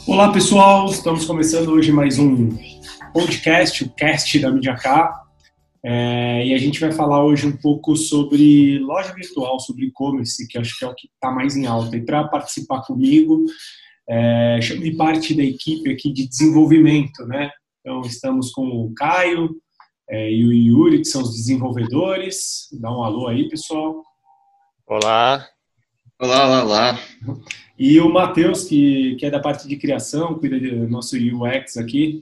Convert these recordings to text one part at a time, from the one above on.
Olá pessoal, estamos começando hoje mais um podcast, o Cast da MediaK, e a gente vai falar hoje um pouco sobre loja virtual, sobre e-commerce, que acho que é o que está mais em alta. E para participar comigo, chamo parte da equipe aqui de desenvolvimento, né? Então estamos com o Caio e o Yuri, que são os desenvolvedores. Dá um alô aí, pessoal. Olá. Olá, olá, olá. E o Matheus, que é da parte de criação, cuida do nosso UX aqui.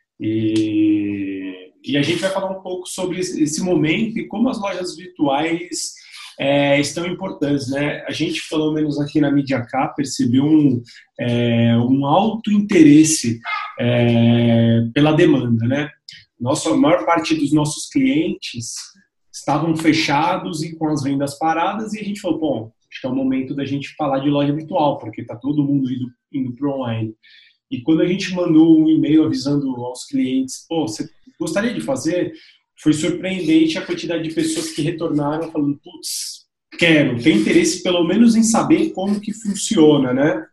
E a gente vai falar um pouco sobre esse momento e como as lojas virtuais estão importantes, né? A gente, pelo menos aqui na MediaK, percebeu um alto interesse pela demanda, né? A maior parte dos nossos clientes estavam fechados e com as vendas paradas, e a gente falou, bom, acho que é o momento da gente falar de loja virtual, porque está todo mundo indo para o online. E quando a gente mandou um e-mail avisando aos clientes, pô, você gostaria de fazer? Foi surpreendente a quantidade de pessoas que retornaram falando, putz, tem interesse pelo menos em saber como que funciona, né?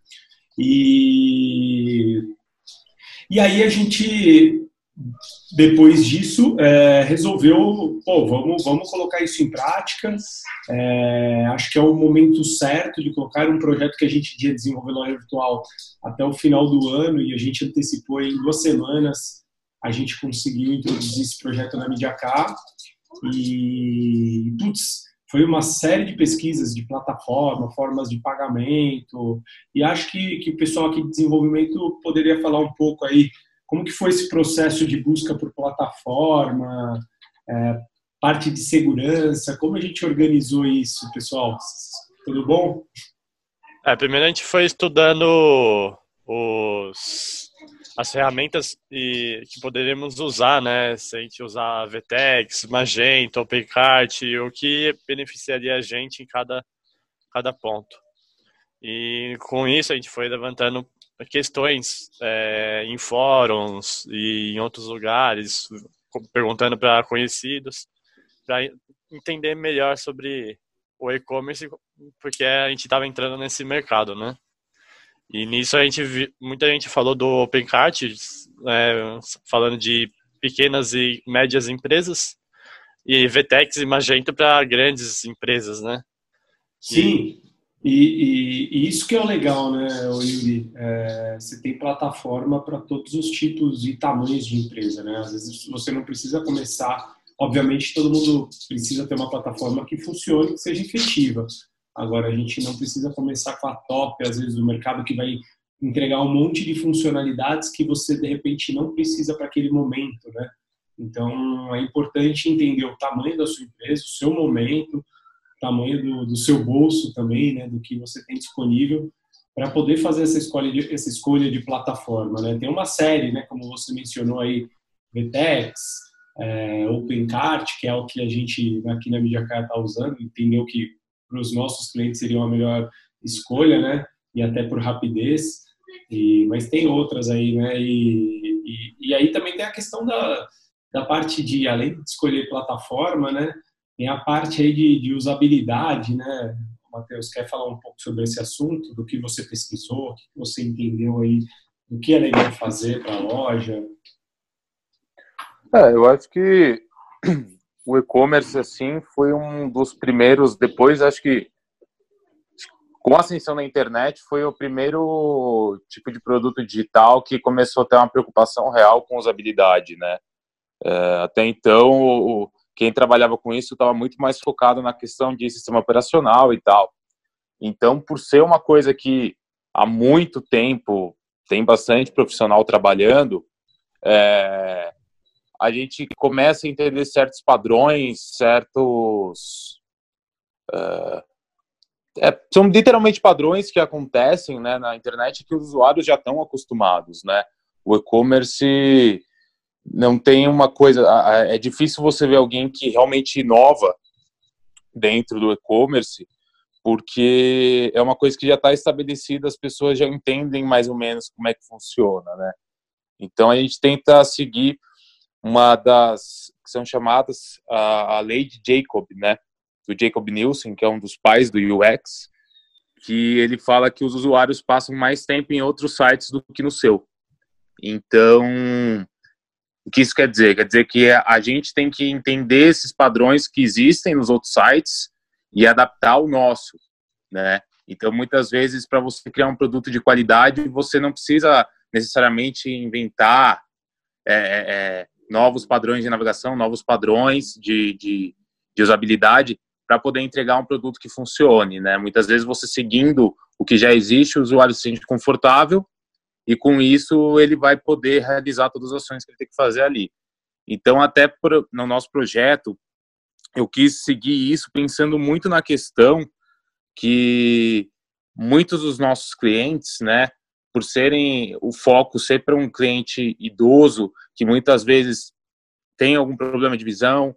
E aí a gente, depois disso, resolveu, pô, vamos colocar isso em prática. Acho que é o momento certo de colocar um projeto que a gente ia desenvolver loja virtual até o final do ano, e a gente antecipou em 2 semanas, a gente conseguiu introduzir esse projeto na MediaK. E, putz, foi uma série de pesquisas de plataforma, formas de pagamento, e acho que o pessoal aqui de desenvolvimento poderia falar um pouco aí como que foi esse processo de busca por plataforma, parte de segurança, como a gente organizou isso, pessoal? Tudo bom? Primeiro a gente foi estudando as ferramentas que poderíamos usar, né? Se a gente usar VTEX, Magento, OpenCart, o que beneficiaria a gente em cada ponto. E com isso a gente foi levantando questões em fóruns e em outros lugares, perguntando para conhecidos, para entender melhor sobre o e-commerce, porque a gente estava entrando nesse mercado, né? E nisso muita gente falou do OpenCart, falando de pequenas e médias empresas, e VTEX e Magento para grandes empresas, né? Sim, e isso que é o legal, né, Yuri? Você tem plataforma para todos os tipos e tamanhos de empresa, né? Às vezes você não precisa começar. Obviamente, todo mundo precisa ter uma plataforma que funcione, que seja efetiva. Agora, a gente não precisa começar com a top, às vezes, do mercado que vai entregar um monte de funcionalidades que você, de repente, não precisa para aquele momento, né? Então, é importante entender o tamanho da sua empresa, o seu momento, o tamanho do seu bolso também, né? Do que você tem disponível para poder fazer essa escolha de plataforma, né? Tem uma série, né? Como você mencionou aí, VTEX, OpenCart, que é o que a gente aqui na MediaK está usando, entendeu que para os nossos clientes seria uma melhor escolha, né? E até por rapidez. Mas tem outras aí, né? E aí também tem a questão da parte de, além de escolher plataforma, né? Tem a parte aí de usabilidade, né? Matheus, quer falar um pouco sobre esse assunto, do que você pesquisou, o que você entendeu aí, do que é legal fazer para a loja? Eu acho que o e-commerce, assim, foi um dos primeiros, depois, acho que, com a ascensão da internet, foi o primeiro tipo de produto digital que começou a ter uma preocupação real com usabilidade, né? Até então, quem trabalhava com isso estava muito mais focado na questão de sistema operacional e tal. Então, por ser uma coisa que há muito tempo tem bastante profissional trabalhando, a gente começa a entender certos padrões, são literalmente padrões que acontecem, né, na internet, que os usuários já estão acostumados, né? O e-commerce não tem uma coisa... É difícil você ver alguém que realmente inova dentro do e-commerce, porque é uma coisa que já está estabelecida, as pessoas já entendem mais ou menos como é que funciona, né? Então, a gente tenta seguir uma das que são chamadas a lei de Jacob, né? Do Jacob Nielsen, que é um dos pais do UX, que ele fala que os usuários passam mais tempo em outros sites do que no seu. Então, o que isso quer dizer? Quer dizer que a gente tem que entender esses padrões que existem nos outros sites e adaptar o nosso, né? Então, muitas vezes, para você criar um produto de qualidade, você não precisa necessariamente inventar novos padrões de navegação, novos padrões de usabilidade para poder entregar um produto que funcione, né? Muitas vezes, você seguindo o que já existe, o usuário se sente confortável e, com isso, ele vai poder realizar todas as ações que ele tem que fazer ali. Então, até no nosso projeto, eu quis seguir isso pensando muito na questão que muitos dos nossos clientes, né, por serem o foco ser para um cliente idoso, que muitas vezes tem algum problema de visão,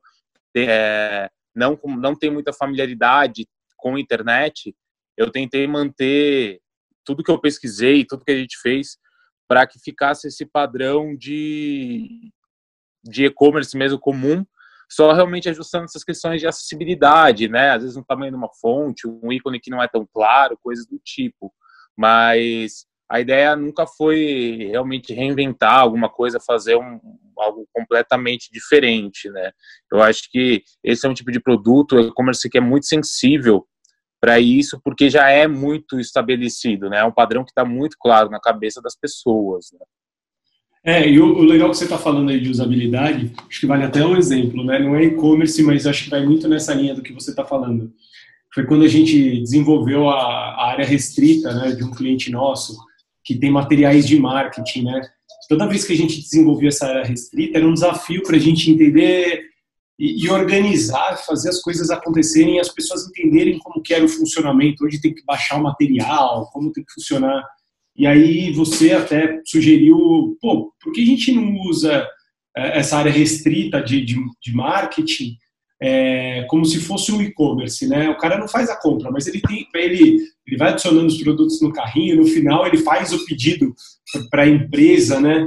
não tem muita familiaridade com a internet, eu tentei manter tudo que eu pesquisei, tudo que a gente fez, para que ficasse esse padrão de e-commerce mesmo comum, só realmente ajustando essas questões de acessibilidade, né? Às vezes um tamanho de uma fonte, um ícone que não é tão claro, coisas do tipo. Mas a ideia nunca foi realmente reinventar alguma coisa, fazer algo completamente diferente, né? Eu acho que esse é um tipo de produto, o e-commerce que é muito sensível para isso, porque já é muito estabelecido, né? É um padrão que está muito claro na cabeça das pessoas, né? E o legal que você está falando aí de usabilidade, acho que vale até um exemplo, né? Não é e-commerce, mas acho que vai muito nessa linha do que você está falando. Foi quando a gente desenvolveu a área restrita, né, de um cliente nosso, que tem materiais de marketing, né? Toda vez que a gente desenvolvia essa área restrita, era um desafio para a gente entender e organizar, fazer as coisas acontecerem e as pessoas entenderem como que era o funcionamento, onde tem que baixar o material, como tem que funcionar. E aí você até sugeriu, por que a gente não usa essa área restrita de marketing como se fosse um e-commerce, né? O cara não faz a compra, mas ele vai adicionando os produtos no carrinho, no final ele faz o pedido para a empresa, né?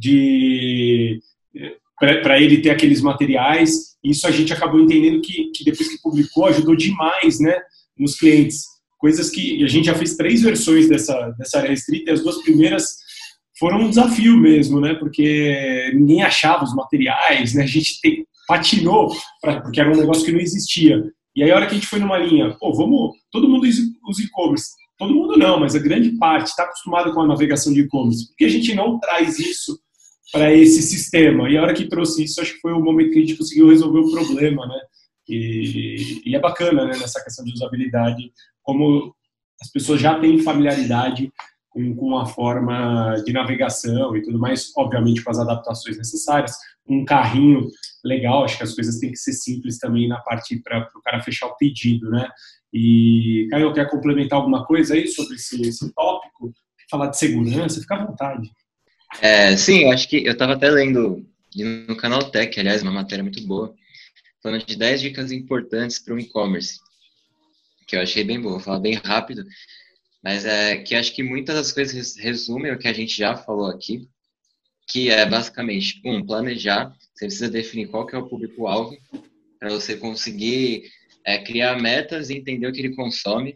Para ele ter aqueles materiais. Isso a gente acabou entendendo que depois que publicou ajudou demais, né? Nos clientes. Coisas que a gente já fez 3 versões dessa área restrita e as 2 primeiras foram um desafio mesmo, né? Porque ninguém achava os materiais, né? A gente patinou, porque era um negócio que não existia. E aí a hora que a gente foi numa linha, todo mundo usa e-commerce. Todo mundo não, mas a grande parte está acostumado com a navegação de e-commerce. Por que a gente não traz isso para esse sistema? E a hora que trouxe isso, acho que foi o momento que a gente conseguiu resolver o problema, né? E é bacana, né, nessa questão de usabilidade, como as pessoas já têm familiaridade com a forma de navegação e tudo mais, obviamente com as adaptações necessárias. Um carrinho legal, acho que as coisas têm que ser simples também na parte para o cara fechar o pedido, né? E, Caio, quer complementar alguma coisa aí sobre esse tópico? Falar de segurança, fica à vontade. Sim, eu acho que eu estava até lendo no Canal Tech, aliás, uma matéria muito boa, falando de 10 dicas importantes para o e-commerce, que eu achei bem boa, vou falar bem rápido, mas que acho que muitas das coisas resumem o que a gente já falou aqui, que é basicamente, planejar, você precisa definir qual que é o público-alvo, para você conseguir criar metas e entender o que ele consome.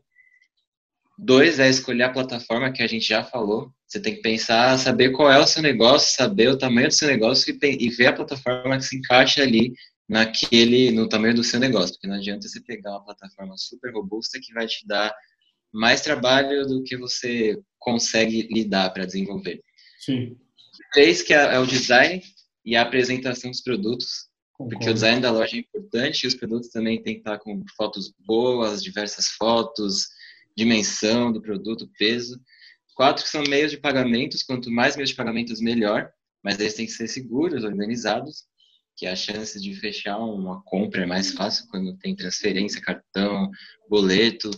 2, escolher a plataforma, que a gente já falou, você tem que pensar, saber qual é o seu negócio, saber o tamanho do seu negócio e ver a plataforma que se encaixa ali no tamanho do seu negócio, porque não adianta você pegar uma plataforma super robusta que vai te dar mais trabalho do que você consegue lidar para desenvolver. Sim. 3, que é o design e a apresentação dos produtos, Concordo. Porque o design da loja é importante e os produtos também tem que estar com fotos boas, diversas fotos, dimensão do produto, peso. 4, que são meios de pagamentos, quanto mais meios de pagamentos, melhor, mas eles têm que ser seguros, organizados, que a chance de fechar uma compra é mais fácil quando tem transferência, cartão, boleto.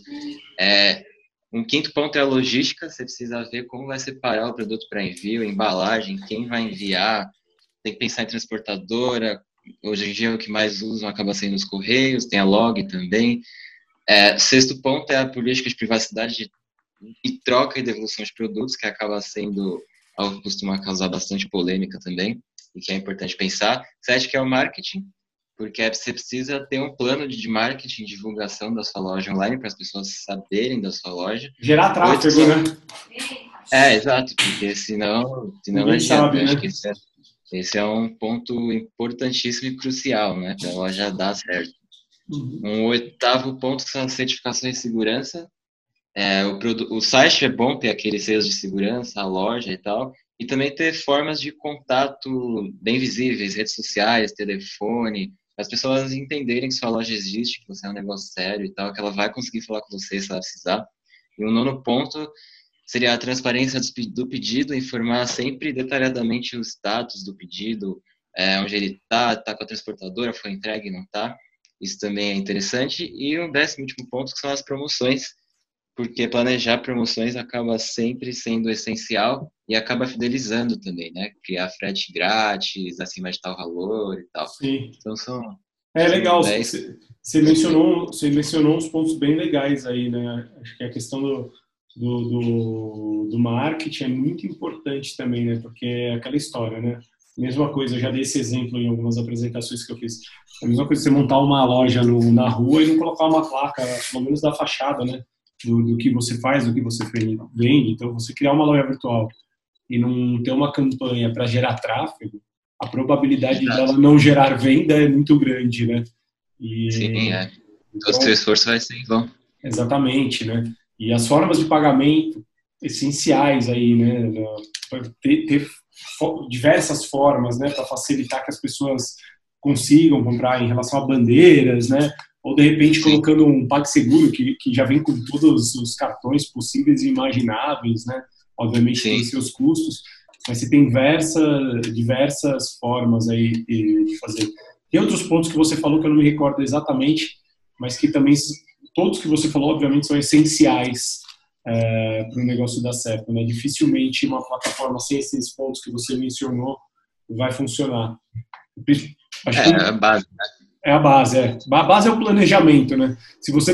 Um 5º ponto é a logística, você precisa ver como vai separar o produto para envio, embalagem, quem vai enviar, tem que pensar em transportadora, hoje em dia o que mais usam acaba sendo os correios, tem a log também. 6º ponto é a política de privacidade e troca e devolução de produtos, que acaba sendo algo que costuma causar bastante polêmica também, e que é importante pensar. 7, que é o marketing, porque você precisa ter um plano de marketing, divulgação da sua loja online para as pessoas saberem da sua loja. Gerar tráfego, né? Exato, porque senão não Ninguém adianta. sabe, Eu acho né? que esse é um ponto importantíssimo e crucial, né, para a loja dar certo. Um oitavo ponto são as certificações de segurança. O site é bom ter aqueles selos de segurança, a loja e tal, e também ter formas de contato bem visíveis, redes sociais, telefone, para as pessoas entenderem que sua loja existe, que você é um negócio sério e tal, que ela vai conseguir falar com você se ela precisar. E o nono ponto seria a transparência do pedido, informar sempre detalhadamente o status do pedido, onde ele está com a transportadora, foi entregue, não está. Isso também é interessante. E o 10º último ponto, que são as promoções, porque planejar promoções acaba sempre sendo essencial e acaba fidelizando também, né? Criar frete grátis, acima de tal valor e tal. Sim. Então legal. 10. Você mencionou uns pontos bem legais aí, né? Acho que a questão do marketing é muito importante também, né? Porque é aquela história, né? Mesma coisa, eu já dei esse exemplo em algumas apresentações que eu fiz. É a mesma coisa você montar uma loja na rua e não colocar uma placa, pelo menos da fachada, né? Do que você faz, do que você vende. Então, você criar uma loja virtual e não ter uma campanha para gerar tráfego, a probabilidade dela não gerar venda é muito grande, né? Sim, então, o seu esforço vai ser em vão. Exatamente, né? E as formas de pagamento essenciais aí, né? Ter diversas formas, né? Para facilitar que as pessoas consigam comprar em relação a bandeiras, né? Ou, de repente, colocando um PagSeguro que já vem com todos os cartões possíveis e imagináveis, né? Obviamente tem seus custos, mas você tem diversas formas aí de fazer. Tem outros pontos que você falou que eu não me recordo exatamente, mas que também, todos que você falou, obviamente, são essenciais para o negócio dar certo, né? Dificilmente uma plataforma sem esses pontos que você mencionou vai funcionar. Acho que a base, né? É a base, A base é o planejamento, né? Se você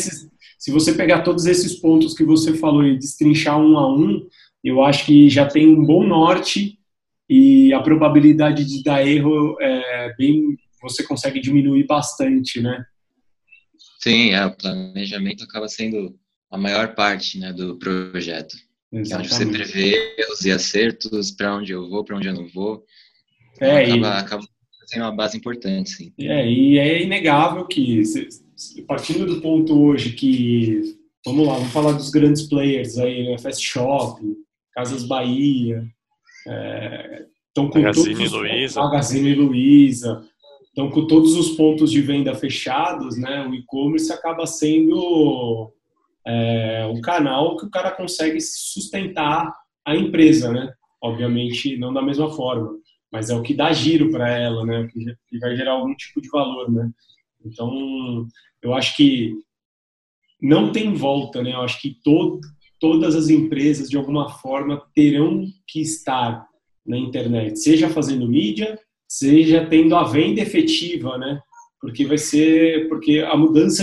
pegar todos esses pontos que você falou e destrinchar um a um, eu acho que já tem um bom norte e a probabilidade de dar erro você consegue diminuir bastante, né? Sim, o planejamento acaba sendo a maior parte, né, do projeto. Que é onde você prevê os acertos, para onde eu vou, para onde eu não vou. Então, acaba sendo uma base importante, sim. E é inegável que, partindo do ponto hoje que, vamos falar dos grandes players aí, né? Fast Shop, Casas Bahia, estão com Magazine Luiza, estão com todos os pontos de venda fechados, né? O e-commerce acaba sendo um canal que o cara consegue sustentar a empresa, né? Obviamente não da mesma forma, mas é o que dá giro para ela, né? Que vai gerar algum tipo de valor, né? Então, eu acho que não tem volta, né? Eu acho que todas as empresas, de alguma forma, terão que estar na internet, seja fazendo mídia, seja tendo a venda efetiva, né? Porque a mudança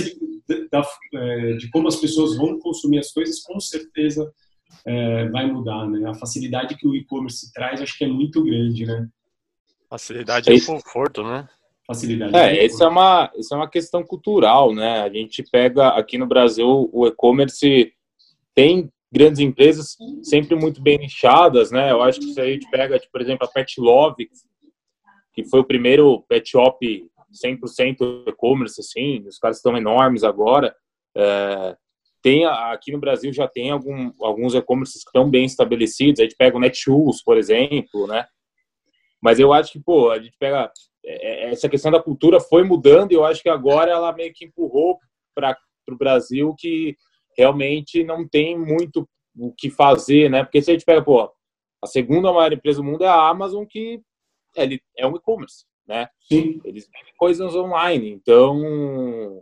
de como as pessoas vão consumir as coisas, com certeza vai mudar, né? A facilidade que o e-commerce traz, acho que é muito grande, né? Facilidade e conforto, né? Facilidade. Essa é uma questão cultural, né? A gente pega aqui no Brasil, o e-commerce tem grandes empresas sempre muito bem nichadas, né? Eu acho que se a gente pega, por exemplo, a Pet Love, que foi o primeiro pet shop 100% e-commerce, assim, os caras estão enormes agora. Aqui no Brasil já tem alguns e-commerces que estão bem estabelecidos. A gente pega o Netshoes, por exemplo, né? Mas eu acho que, a gente pega... Essa questão da cultura foi mudando e eu acho que agora ela meio que empurrou para o Brasil que realmente não tem muito o que fazer, né? Porque se a gente pega, a segunda maior empresa do mundo é a Amazon, que é um e-commerce, né? Sim. Eles vendem coisas online. Então,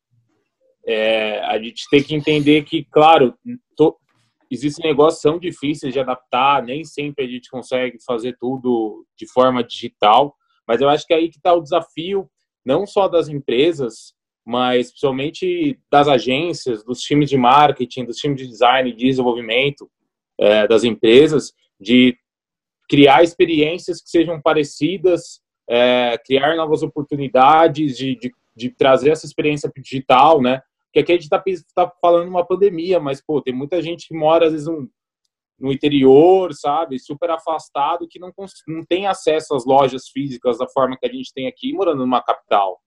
a gente tem que entender que, claro, existem negócios que são difíceis de adaptar, nem sempre a gente consegue fazer tudo de forma digital, mas eu acho que é aí que está o desafio, não só das empresas, mas principalmente das agências, dos times de marketing, dos times de design e de desenvolvimento das empresas, de criar experiências que sejam parecidas criar novas oportunidades, de trazer essa experiência digital, né? Porque aqui a gente tá falando uma pandemia, mas, pô, tem muita gente que mora, às vezes, no interior, sabe? Super afastado, que não tem acesso às lojas físicas da forma que a gente tem aqui, morando numa capital.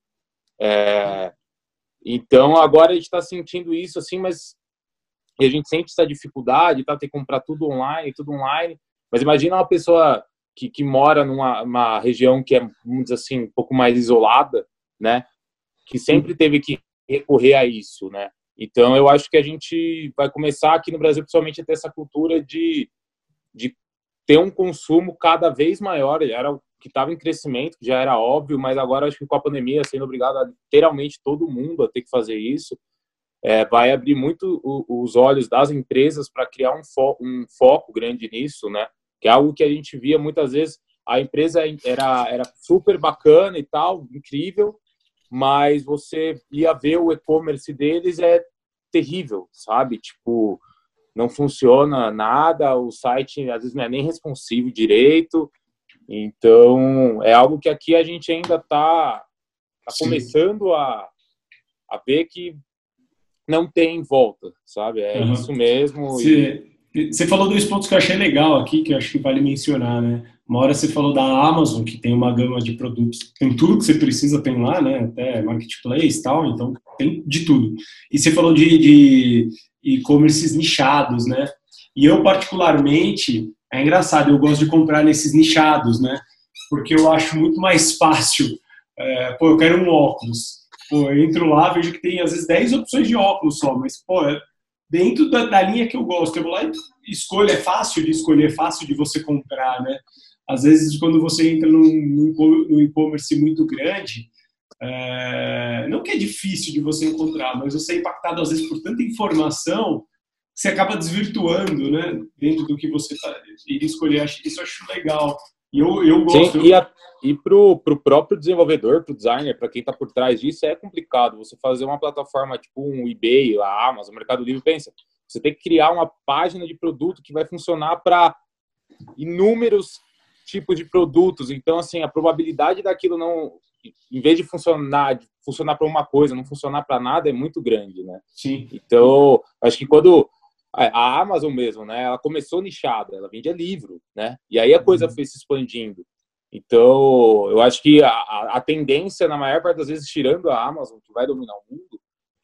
Então, agora a gente está sentindo isso, assim, mas a gente sente essa dificuldade, tá? Ter que comprar tudo online. Mas imagina uma pessoa que mora numa região que é, vamos dizer assim, um pouco mais isolada, né? Que sempre teve que recorrer a isso, né? Então, eu acho que a gente vai começar aqui no Brasil, principalmente, a ter essa cultura de ter um consumo cada vez maior. Era o que estava em crescimento, que já era óbvio, mas agora acho que com a pandemia, sendo obrigado a literalmente todo mundo a ter que fazer isso, vai abrir muito os olhos das empresas para criar um foco grande nisso, né? Que é algo que a gente via muitas vezes, a empresa era super bacana e tal, incrível, mas você ia ver o e-commerce deles, é terrível, sabe? Tipo, não funciona nada, o site às vezes não é nem responsivo direito. Então, é algo que aqui a gente ainda está começando a ver que não tem volta, sabe? Isso mesmo. Você falou dois pontos que eu achei legal aqui, que eu acho que vale mencionar, né? Uma hora você falou da Amazon, que tem uma gama de produtos, tem tudo que você precisa, tem lá, né? Até marketplace e tal, então tem de tudo. E você falou de e-commerces nichados, né? E eu, particularmente, é engraçado, eu gosto de comprar nesses nichados, né? Porque eu acho muito mais fácil. Eu quero um óculos. Eu entro lá, vejo que tem, às vezes, 10 opções de óculos só, mas, dentro da linha que eu gosto, eu vou lá e escolho, é fácil de escolher, é fácil de você comprar, né? Às vezes, quando você entra num e-commerce muito grande, não que é difícil de você encontrar, mas você é impactado, às vezes, por tanta informação, que você acaba desvirtuando, né? Dentro do que você iria escolher. Isso eu acho legal. E eu gosto. Sim, e pro próprio desenvolvedor, pro designer, para quem está por trás disso, é complicado. Você fazer uma plataforma tipo um eBay, a Amazon, o Mercado Livre, pensa, você tem que criar uma página de produto que vai funcionar para inúmeros tipos de produtos. Então, assim, a probabilidade daquilo não, em vez de funcionar para uma coisa, não funcionar para nada, é muito grande, né? Sim. Então, acho que quando a Amazon mesmo, né, ela começou nichada, ela vendia livro, né? E aí a coisa foi se expandindo. Então, eu acho que a tendência, na maior parte das vezes, tirando a Amazon, que vai dominar o mundo,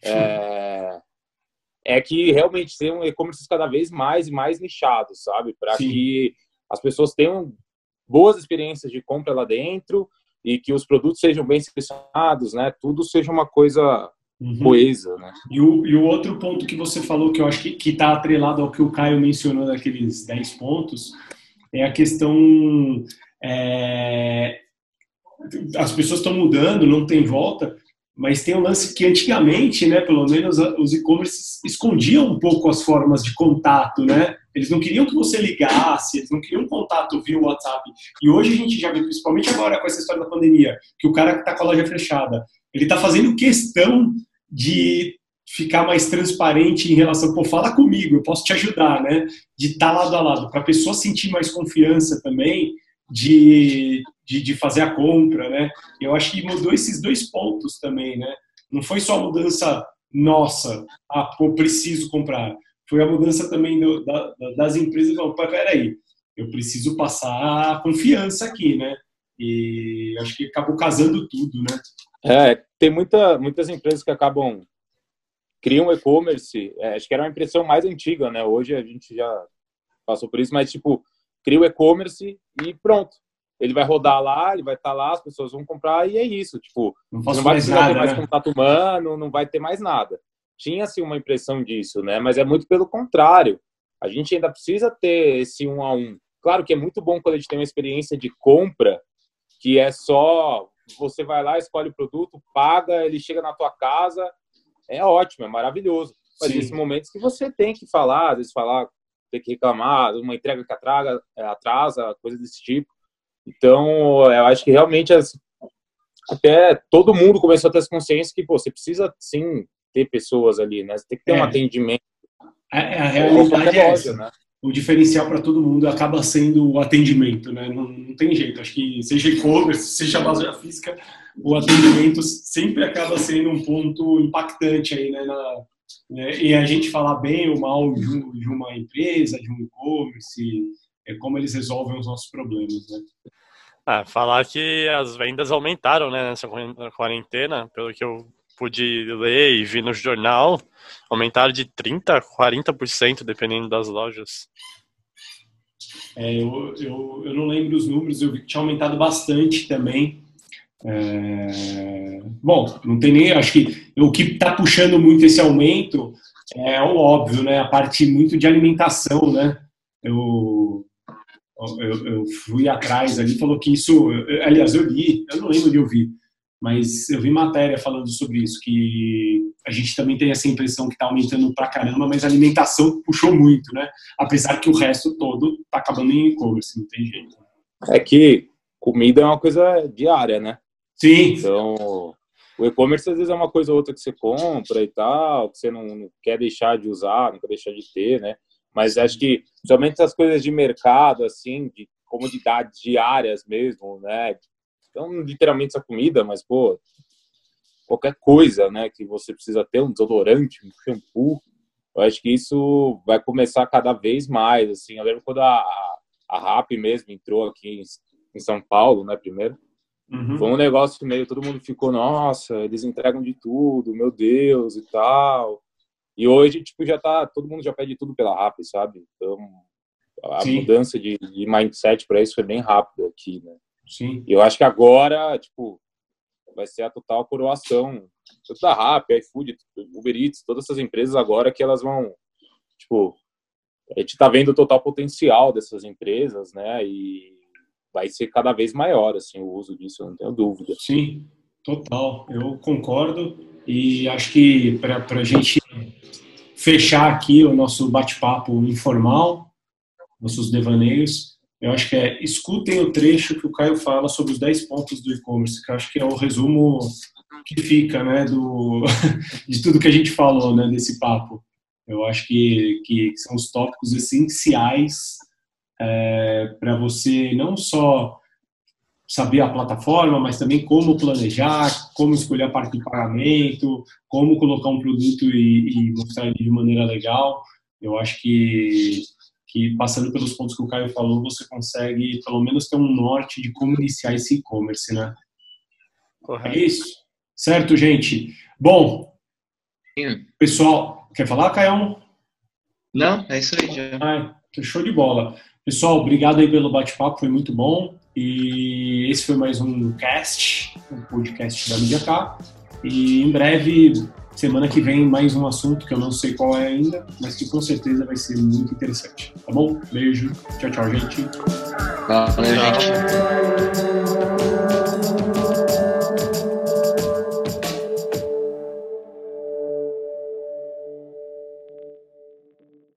é que realmente tenham e-commerces cada vez mais e mais nichados, sabe? Para que as pessoas tenham boas experiências de compra lá dentro e que os produtos sejam bem selecionados, né? Tudo seja uma coisa coesa, né? E o outro ponto que você falou, que eu acho que está atrelado ao que o Caio mencionou daqueles 10 pontos, é a questão... as pessoas estão mudando, não tem volta, mas tem um lance que antigamente, né, pelo menos os e-commerces escondiam um pouco as formas de contato, né? Eles não queriam que você ligasse, eles não queriam um contato via WhatsApp. E hoje a gente já vê, principalmente agora com essa história da pandemia, que o cara que está com a loja fechada, ele está fazendo questão de ficar mais transparente em relação, fala comigo, eu posso te ajudar, né? De estar lado a lado, para a pessoa sentir mais confiança também de fazer a compra, né? Eu acho que mudou esses dois pontos também, né? Não foi só a mudança nossa, preciso comprar. Foi a mudança também das empresas, peraí, eu preciso passar a confiança aqui, né? E acho que acabou casando tudo, né? Tem muitas empresas que criam e-commerce, acho que era uma impressão mais antiga, né? Hoje a gente já passou por isso, mas tipo, cria o e-commerce e pronto. Ele vai rodar lá, ele vai estar lá, as pessoas vão comprar e é isso. Tipo, não vai precisar ter mais contato humano, não vai ter mais nada. Tinha-se uma impressão disso, né? Mas é muito pelo contrário. A gente ainda precisa ter esse 1 a 1. Claro que é muito bom quando a gente tem uma experiência de compra que é só você vai lá, escolhe o produto, paga, ele chega na tua casa, é ótimo, é maravilhoso. Mas nesses momentos que você tem que falar, às vezes tem que reclamar, uma entrega que atrasa, coisa desse tipo. Então, eu acho que realmente até todo mundo começou a ter essa consciência que você precisa, sim, ter pessoas ali, né? Você tem que ter um atendimento. A realidade é essa. Né? o diferencial para todo mundo acaba sendo o atendimento, né? Não tem jeito. Acho que seja e-commerce, seja loja física, o atendimento sempre acaba sendo um ponto impactante aí, né? E a gente falar bem ou mal de uma empresa, de um e-commerce, como eles resolvem os nossos problemas, né? Falar que as vendas aumentaram, né, nessa quarentena, pelo que eu pude ler e vi no jornal, aumentaram de 30% a 40%, dependendo das lojas. Eu não lembro os números, eu vi que tinha aumentado bastante também. Bom, não tem nem... Acho que o que está puxando muito esse aumento é o óbvio, né? A parte muito de alimentação, né? Eu fui atrás ali, falou que isso... Aliás, eu li, eu não lembro de ouvir, mas eu vi matéria falando sobre isso, que a gente também tem essa impressão que está aumentando pra caramba, mas a alimentação puxou muito, né? Apesar que o resto todo está acabando em e-commerce, não tem jeito. É que comida é uma coisa diária, né? Sim. Então, o e-commerce às vezes é uma coisa ou outra que você compra e tal, que você não quer deixar de usar, não quer deixar de ter, né? Mas acho que, somente essas coisas de mercado, assim, de comodidades diárias mesmo, né? Então, literalmente essa comida, mas, pô, qualquer coisa, né, que você precisa ter, um desodorante, um shampoo, eu acho que isso vai começar cada vez mais, assim. Eu lembro quando a Rappi mesmo entrou aqui em São Paulo, né, primeiro. Foi um negócio que meio todo mundo ficou, nossa, eles entregam de tudo, meu Deus, e tal. E hoje, tipo, todo mundo já pede tudo pela Rappi, sabe? Então, a Sim. mudança de mindset para isso foi bem rápido aqui, né? Sim. E eu acho que agora, tipo, vai ser a total coroação. Tanto da Rappi, iFood, Uber Eats, todas essas empresas agora que elas vão, tipo, a gente tá vendo o total potencial dessas empresas, né? E vai ser cada vez maior, assim, o uso disso, eu não tenho dúvida. Sim, total. Eu concordo e acho que para a gente fechar aqui o nosso bate-papo informal, nossos devaneios, eu acho que escutem o trecho que o Caio fala sobre os 10 pontos do e-commerce, que eu acho que é o resumo que fica, né, de tudo que a gente falou, né, desse papo. Eu acho que são os tópicos essenciais para você não só saber a plataforma, mas também como planejar, como escolher a parte de pagamento, como colocar um produto e mostrar ele de maneira legal. Eu acho que passando pelos pontos que o Caio falou, você consegue pelo menos ter um norte de como iniciar esse e-commerce, né? Correto. É isso? Certo, gente? Bom, pessoal, quer falar, Caio? Não, é isso aí já. Show de bola. Pessoal, obrigado aí pelo bate-papo, foi muito bom. E esse foi mais um podcast da Mídia K. E em breve, semana que vem, mais um assunto que eu não sei qual é ainda, mas que com certeza vai ser muito interessante. Tá bom? Beijo. Tchau, tchau, gente. Valeu, gente.